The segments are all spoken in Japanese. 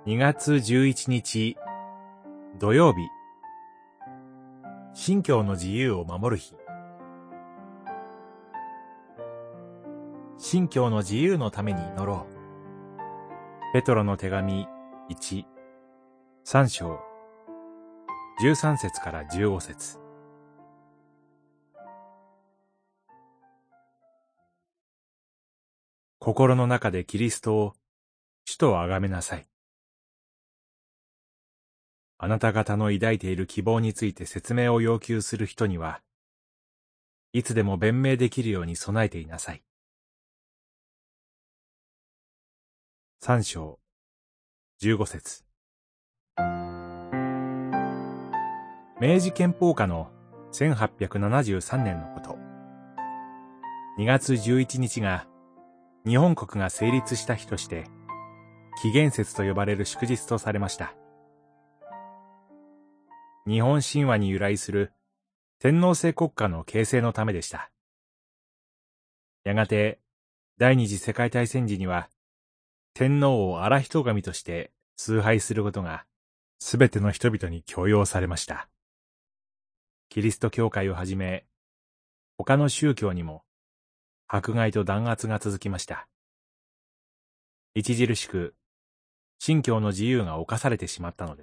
2月11日土曜日、信教の自由を守る日。信教の自由のために祈ろう。ペトロの手紙1、3章、13節から15節。心の中でキリストを主と崇めなさい。あなた方の抱いている希望について説明を要求する人には、いつでも弁明できるように備えていなさい。3章、15節。明治憲法下の1873年のこと。2月11日が日本国が成立した日として、紀元節と呼ばれる祝日とされました。日本神話に由来する天皇制国家の形成のためでした。やがて第二次世界大戦時には天皇を現人神として崇拝することがすべての人々に強要されました。キリスト教会をはじめ他の宗教にも迫害と弾圧が続きました。著しく信教の自由が侵されてしまったのです。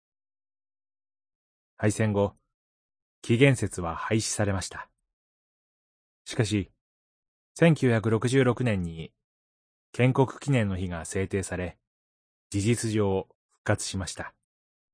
敗戦後、紀元節は廃止されました。しかし、1966年に建国記念の日が制定され、事実上復活しました。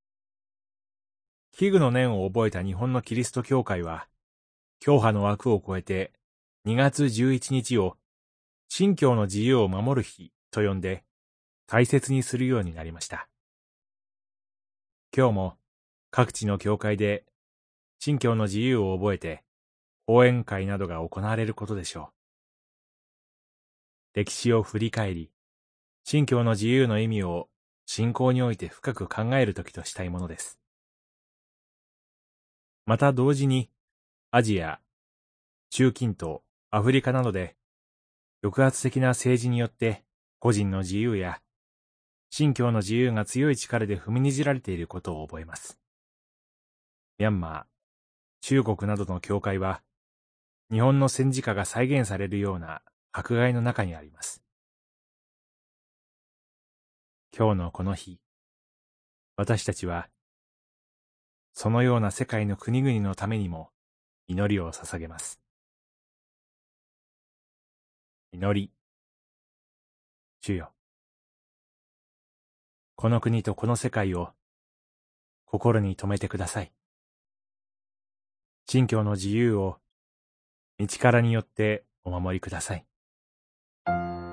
危惧の念を覚えた日本のキリスト教会は、教派の枠を超えて2月11日を信教の自由を守る日と呼んで大切にするようになりました。今日も各地の教会で信教の自由を覚えて講演会などが行われることでしょう。歴史を振り返り、信教の自由の意味を信仰において深く考えるときとしたいものです。また同時にアジア、中近東、アフリカなどで抑圧的な政治によって個人の自由や信教の自由が強い力で踏みにじられていることを覚えます。ミャンマー、中国などの教会は日本の戦時下が再現されるような迫害の中にあります。今日のこの日、私たちはそのような世界の国々のためにも祈りを捧げます。祈り。主よ。この国とこの世界を心に留めてください。信教の自由を道からによってお守りください。